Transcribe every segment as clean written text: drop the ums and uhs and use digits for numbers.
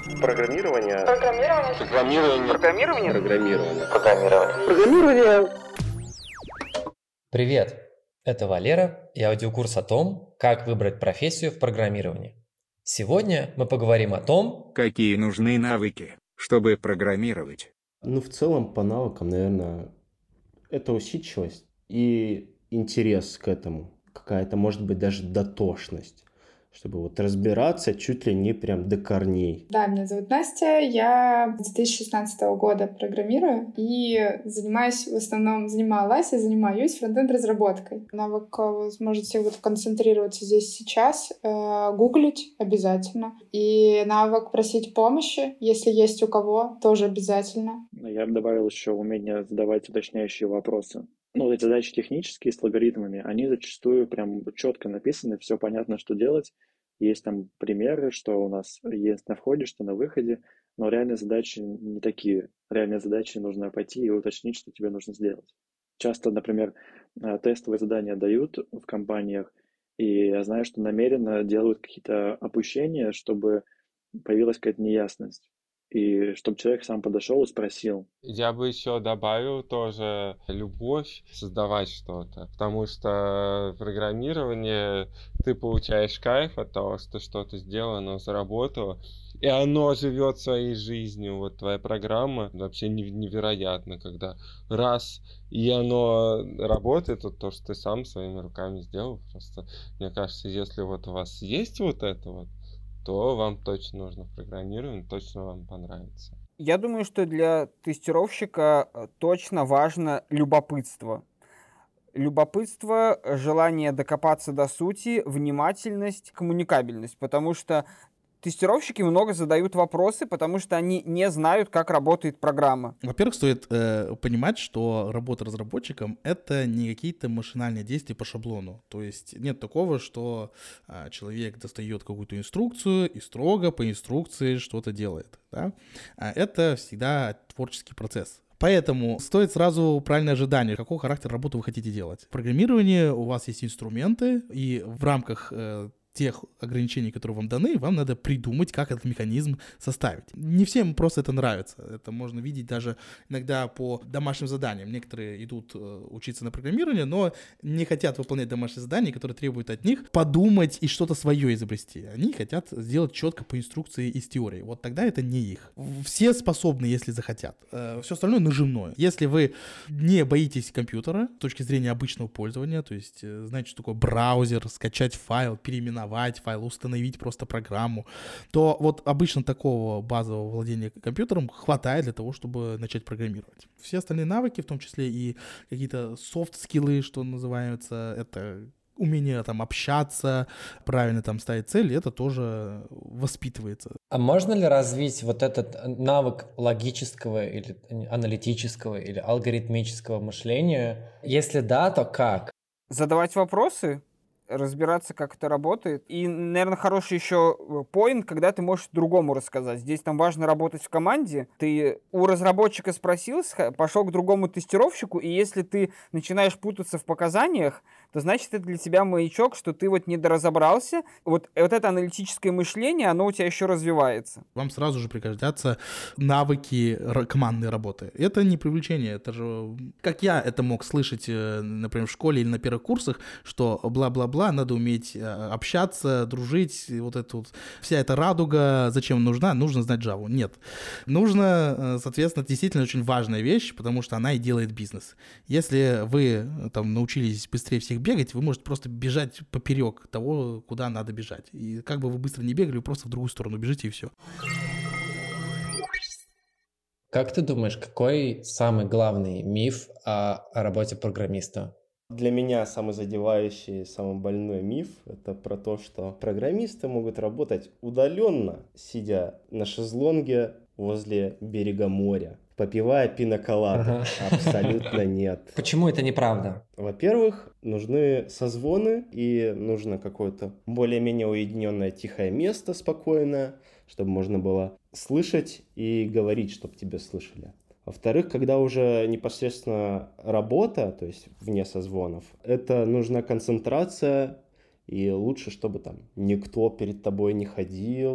Программирование. Привет! Это Валера и аудиокурс о том, как выбрать профессию в программировании. Сегодня мы поговорим о том, какие нужны навыки, чтобы программировать. В целом, по навыкам, наверное, это усидчивость и интерес к этому. Какая-то, может быть, даже дотошность, чтобы вот разбираться чуть ли не прям до корней. Да, меня зовут Настя, я с 2016 года программирую и занимаюсь и занимаюсь фронтенд-разработкой. Навык, возможности вот концентрироваться здесь сейчас, гуглить обязательно. И навык просить помощи, если есть у кого, тоже обязательно. Я бы добавил еще умение задавать уточняющие вопросы. Вот эти задачи технические с логарифмами, они зачастую прям четко написаны, все понятно, что делать. Есть там примеры, что у нас есть на входе, что на выходе, но реальные задачи не такие. Реальные задачи нужно пойти и уточнить, что тебе нужно сделать. Часто, например, тестовые задания дают в компаниях, и я знаю, что намеренно делают какие-то опущения, чтобы появилась какая-то неясность. И чтобы человек сам подошел и спросил. Я бы еще добавил тоже любовь создавать что-то, потому что в программировании ты получаешь кайф от того, что что-то сделано, заработало, и оно живет своей жизнью. Вот твоя программа вообще невероятно, когда раз и оно работает, то, что ты сам своими руками сделал. Просто мне кажется, если вот у вас есть вот это вот, то вам точно нужно в программировании, точно вам понравится. Я думаю, что для тестировщика точно важно любопытство. Любопытство, желание докопаться до сути, внимательность, коммуникабельность, потому что тестировщики много задают вопросы, потому что они не знают, как работает программа. Во-первых, стоит понимать, что работа разработчиком — это не какие-то машинальные действия по шаблону. То есть нет такого, что человек достает какую-то инструкцию и строго по инструкции что-то делает. Да? Это всегда творческий процесс. Поэтому стоит сразу правильное ожидание, какого характера работы вы хотите делать. В программировании у вас есть инструменты, и в рамках тех ограничений, которые вам даны, вам надо придумать, как этот механизм составить. Не всем просто это нравится. Это можно видеть даже иногда по домашним заданиям. Некоторые идут учиться на программирование, но не хотят выполнять домашние задания, которые требуют от них подумать и что-то свое изобрести. Они хотят сделать четко по инструкции из теории. Вот тогда это не их. Все способны, если захотят. Все остальное нажимное. Если вы не боитесь компьютера с точки зрения обычного пользования, то есть знаете, что такое браузер, скачать файл, переименовать файл, установить просто программу, то вот обычно такого базового владения компьютером хватает для того, чтобы начать программировать. Все остальные навыки, в том числе и какие-то софт-скиллы, что называется, это умение там общаться, правильно там ставить цели, это тоже воспитывается. А можно ли развить вот этот навык логического или аналитического или алгоритмического мышления? Если да, то как? Задавать вопросы, разбираться, как это работает. И, наверное, хороший еще поинт, когда ты можешь другому рассказать. Здесь там важно работать в команде. Ты у разработчика спросил, пошел к другому тестировщику, и если ты начинаешь путаться в показаниях, то значит, это для тебя маячок, что ты вот недоразобрался. Вот это аналитическое мышление, оно у тебя еще развивается. Вам сразу же пригодятся навыки командной работы. Это не привлечение, это же... Как я это мог слышать, например, в школе или на первых курсах, что бла-бла-бла, надо уметь общаться, дружить, вот это вот, вся эта радуга, зачем нужна? Нужно знать Java. Нет. Нужно, соответственно, действительно очень важная вещь, потому что она и делает бизнес. Если вы там научились быстрее всех бегать, вы можете просто бежать поперек того, куда надо бежать. И как бы вы быстро не бегали, вы просто в другую сторону бежите, и все. Как ты думаешь, какой самый главный миф о работе программиста? Для меня самый задевающий, самый больной миф — это про то, что программисты могут работать удаленно, сидя на шезлонге возле берега моря, попивая пина-коладу. Абсолютно нет. Почему это неправда? Во-первых, нужны созвоны, и нужно какое-то более-менее уединенное тихое место, спокойное, чтобы можно было слышать и говорить, чтобы тебя слышали. Во-вторых, когда уже непосредственно работа, то есть вне созвонов, это нужна концентрация, и лучше, чтобы там никто перед тобой не ходил,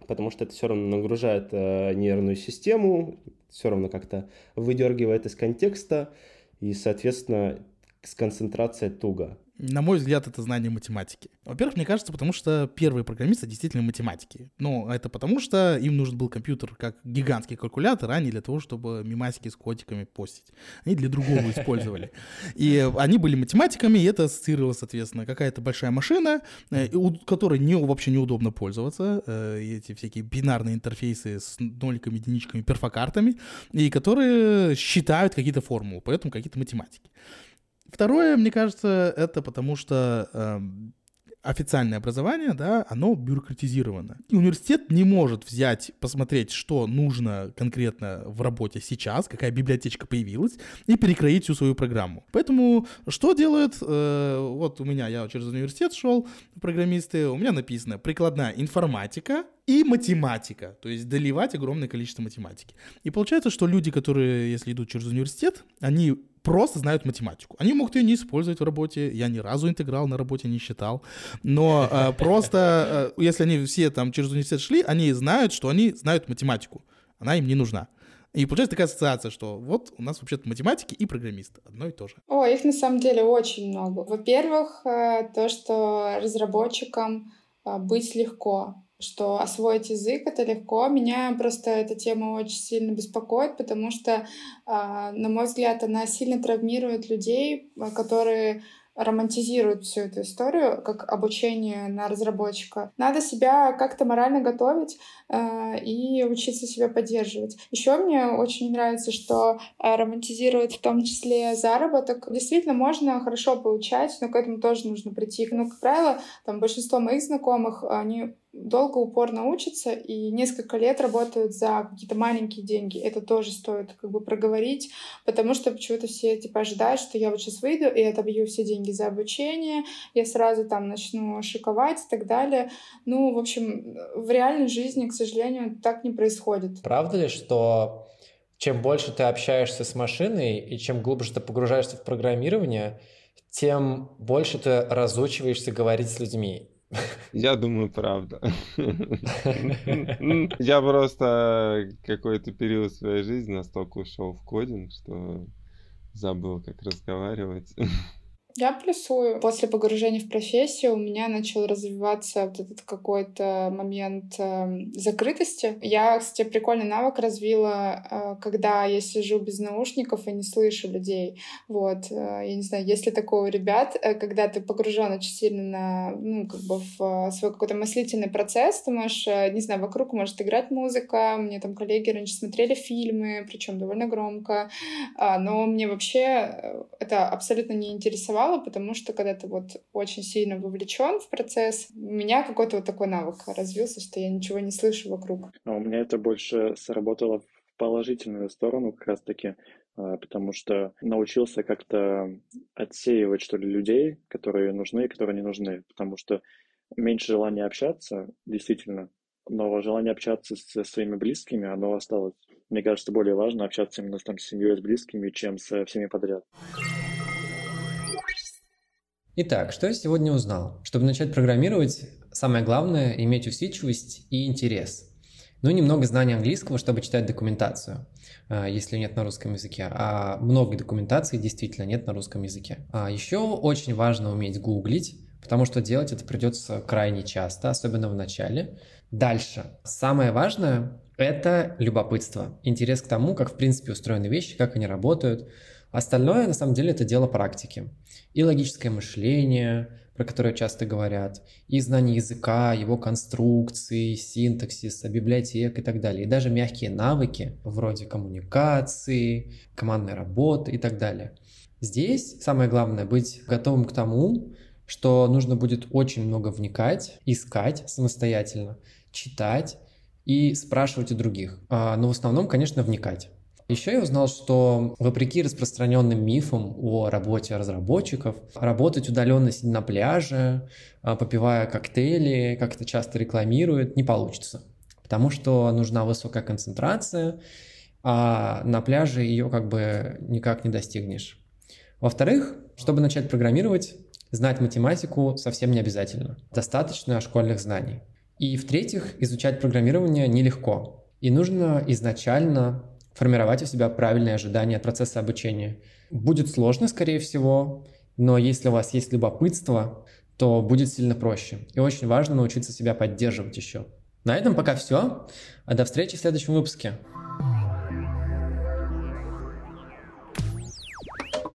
потому что это все равно нагружает нервную систему, все равно как-то выдергивает из контекста, и, соответственно, с концентрацией туго. На мой взгляд, это знание математики. Во-первых, мне кажется, потому что первые программисты действительно математики. Ну, это потому что им нужен был компьютер как гигантский калькулятор, а не для того, чтобы мемасики с котиками постить. Они для другого использовали. И они были математиками, и это ассоциировалось, соответственно, какая-то большая машина, которой вообще неудобно пользоваться, эти всякие бинарные интерфейсы с ноликами, единичками, перфокартами, и которые считают какие-то формулы, поэтому какие-то математики. Второе, мне кажется, это потому что официальное образование, да, оно бюрократизировано. И университет не может взять, посмотреть, что нужно конкретно в работе сейчас, какая библиотечка появилась, и перекроить всю свою программу. Поэтому что делают? Вот у меня, я через университет шел, программисты, у меня написано прикладная информатика и математика, то есть доливать огромное количество математики. И получается, что люди, которые, если идут через университет, они просто знают математику. Они могут ее не использовать в работе. Я ни разу интеграл на работе не считал. Но просто, если они все там через университет шли, они знают, что они знают математику. Она им не нужна. И получается такая ассоциация, что вот у нас вообще-то математики и программисты. Одно и то же. О, их на самом деле очень много. Во-первых, то, что разработчикам быть легко, что освоить язык — это легко. Меня просто эта тема очень сильно беспокоит, потому что, на мой взгляд, она сильно травмирует людей, которые романтизируют всю эту историю как обучение на разработчика. Надо себя как-то морально готовить и учиться себя поддерживать. Еще мне очень нравится, что романтизируют в том числе заработок. Действительно, можно хорошо получать, но к этому тоже нужно прийти. Ну, как правило, там большинство моих знакомых, они долго, упорно учатся и несколько лет работают за какие-то маленькие деньги. Это тоже стоит как бы проговорить, потому что почему-то все типа ожидают, что я вот сейчас выйду и отобью все деньги за обучение, я сразу там начну шиковать и так далее. Ну, в общем, в реальной жизни, к сожалению, так не происходит. Правда ли, что чем больше ты общаешься с машиной и чем глубже ты погружаешься в программирование, тем больше ты разучиваешься говорить с людьми? Я думаю, правда. Я просто какой-то период своей жизни настолько ушел в кодинг, что забыл, как разговаривать. Я плюсую. После погружения в профессию у меня начал развиваться вот этот какой-то момент закрытости. Я, кстати, прикольный навык развила, когда я сижу без наушников и не слышу людей. Вот. Я не знаю, есть ли такое у ребят, когда ты погружен очень сильно в свой какой-то мыслительный процесс, ты можешь, не знаю, вокруг может играть музыка, мне там коллеги раньше смотрели фильмы, причем довольно громко, но мне вообще это абсолютно не интересовало, потому что когда ты вот очень сильно вовлечен в процесс, у меня какой-то вот такой навык развился, что я ничего не слышу вокруг. А у меня это больше сработало в положительную сторону как раз-таки, потому что научился как-то отсеивать, что ли, людей, которые нужны и которые не нужны, потому что меньше желания общаться, действительно, но желание общаться со своими близкими, оно осталось. Мне кажется, более важно общаться именно там, с семьей, с близкими, чем со всеми подряд. Итак, что я сегодня узнал? Чтобы начать программировать, самое главное — иметь усидчивость и интерес. Ну и немного знаний английского, чтобы читать документацию, если нет на русском языке. А много документации действительно нет на русском языке. А еще очень важно уметь гуглить, потому что делать это придется крайне часто, особенно в начале. Дальше. Самое важное — это любопытство, интерес к тому, как в принципе устроены вещи, как они работают. Остальное, на самом деле, это дело практики. И логическое мышление, про которое часто говорят, и знание языка, его конструкции, синтаксиса, библиотек и так далее. И даже мягкие навыки, вроде коммуникации, командной работы и так далее. Здесь самое главное — быть готовым к тому, что нужно будет очень много вникать, искать самостоятельно, читать и спрашивать у других. Но в основном, конечно, вникать. Еще я узнал, что вопреки распространенным мифам о работе разработчиков, работать удаленно, сидя на пляже, попивая коктейли, как это часто рекламируют, не получится. Потому что нужна высокая концентрация, а на пляже ее как бы никак не достигнешь. Во-вторых, чтобы начать программировать, знать математику совсем не обязательно. Достаточно школьных знаний. И в-третьих, изучать программирование нелегко. И нужно изначально формировать у себя правильные ожидания от процесса обучения. Будет сложно, скорее всего, но если у вас есть любопытство, то будет сильно проще. И очень важно научиться себя поддерживать еще. На этом пока все. До встречи в следующем выпуске.